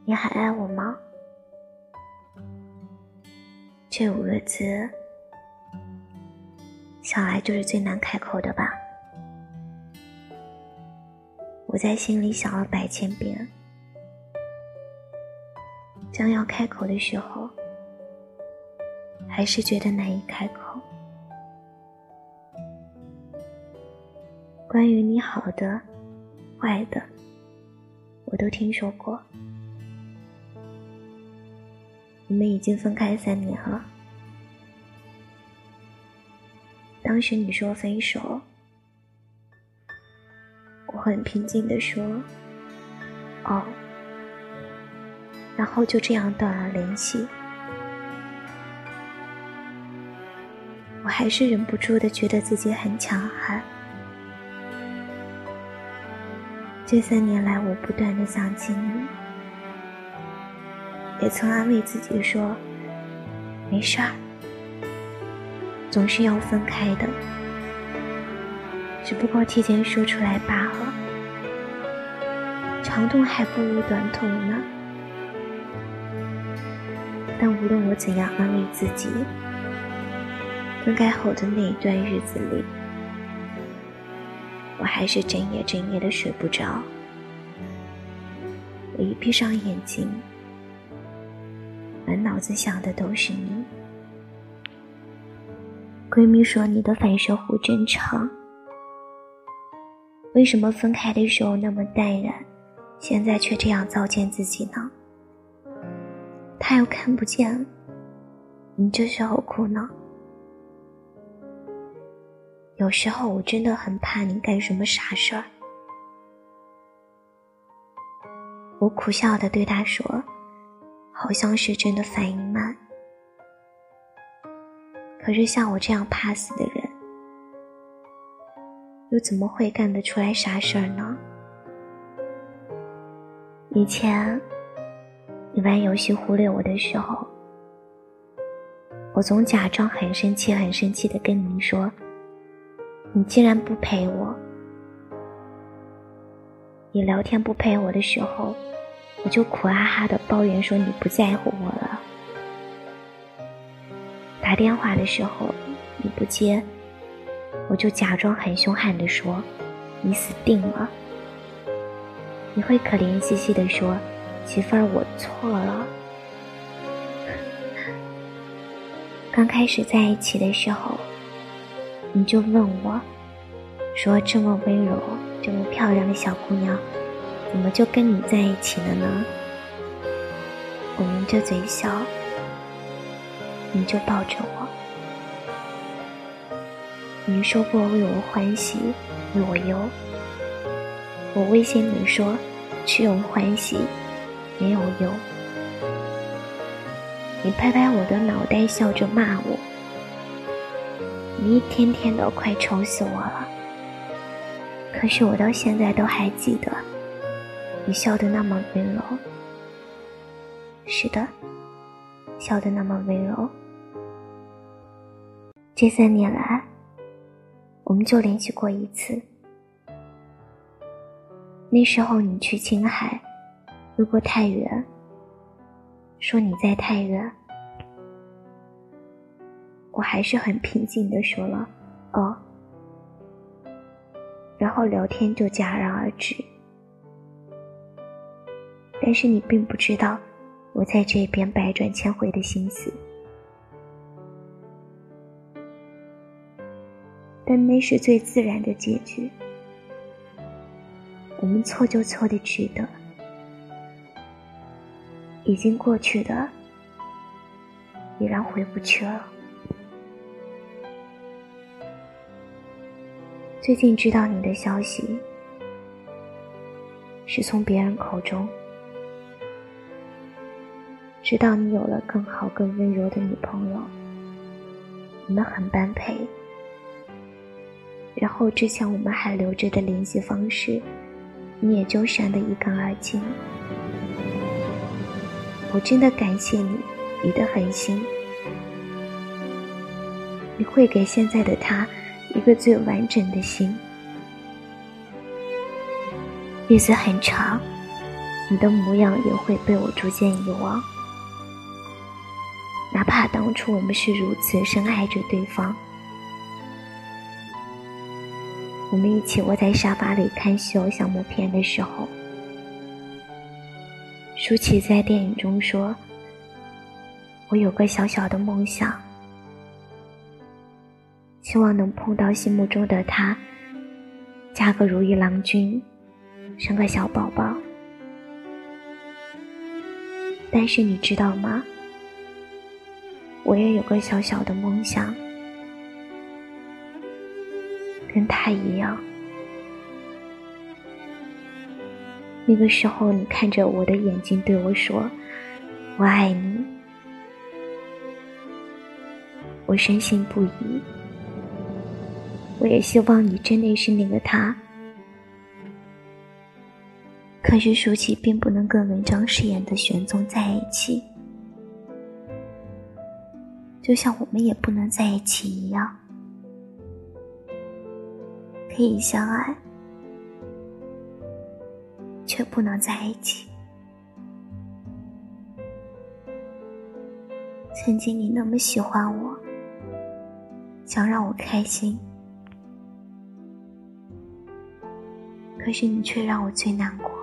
你还爱我吗？这5个字想来就是最难开口的吧。我在心里想了100千遍，将要开口的时候，还是觉得难以开口。关于你好的、坏的，我都听说过。我们已经分开3年了。当时你说分手，我很平静地说哦，然后就这样断了联系。我还是忍不住地觉得自己很强悍。这3年来，我不断地想起你，也曾安慰自己说没事儿，总是要分开的，只不过提前说出来罢了，长痛还不如短痛呢。但无论我怎样安慰自己，分开后的那一段日子里，我还是整夜的睡不着。我一闭上眼睛，满脑子想的都是你。闺蜜说你的反射弧真长，为什么分开的时候那么淡然，现在却这样糟践自己呢？她又看不见你这时候苦恼。有时候我真的很怕你干什么傻事儿。我苦笑地对她说，好像是真的反应慢。可是像我这样怕死的人，又怎么会干得出来傻事儿呢？以前你玩游戏忽略我的时候，我总假装很生气地跟你说，你既然不陪我，你聊天不陪我的时候，我就苦哈哈地抱怨说你不在乎我了。打电话的时候你不接，我就假装很凶悍地说你死定了。你会可怜兮兮地说，媳妇儿，我错了。刚开始在一起的时候，你就问我说，这么温柔这么漂亮的小姑娘，怎么就跟你在一起了呢？我抿着嘴笑，你就抱着我。你说过为我欢喜为我忧，我微信里说只有欢喜没有忧。你拍拍我的脑袋笑着骂我，你一天天的快愁死我了。可是我到现在都还记得你笑得那么温柔。是的，笑得那么温柔。这3年来，我们就联系过1次。那时候你去青海，路过太原，说你在太原，我还是很平静地说了哦，然后聊天就戛然而止。但是你并不知道我在这边百转千回的心思，但那是最自然的结局。我们错就错的值得，已经过去的已然回不去了。最近知道你的消息，是从别人口中知道你有了更好更温柔的女朋友，你们很般配。然后之前我们还留着的联系方式，你也就删得一干二净。我真的感谢你的狠心，你会给现在的他一个最完整的心。日子很长， 你的模样也会被我逐渐遗忘。哪怕当初我们是如此深爱着对方，我们一起窝在沙发里看稀偶像默片的时候，舒淇在电影中说，我有个小小的梦想，希望能碰到心目中的他，嫁个如意郎君，生个小宝宝。但是你知道吗，我也有个小小的梦想，跟他一样。那个时候你看着我的眼睛对我说，我爱你。我深信不疑，我也希望你真的是那个他。可是舒淇并不能跟文章饰演的玄宗在一起，就像我们也不能在一起一样。可以相爱，却不能在一起。曾经你那么喜欢我，想让我开心，可是你却让我最难过。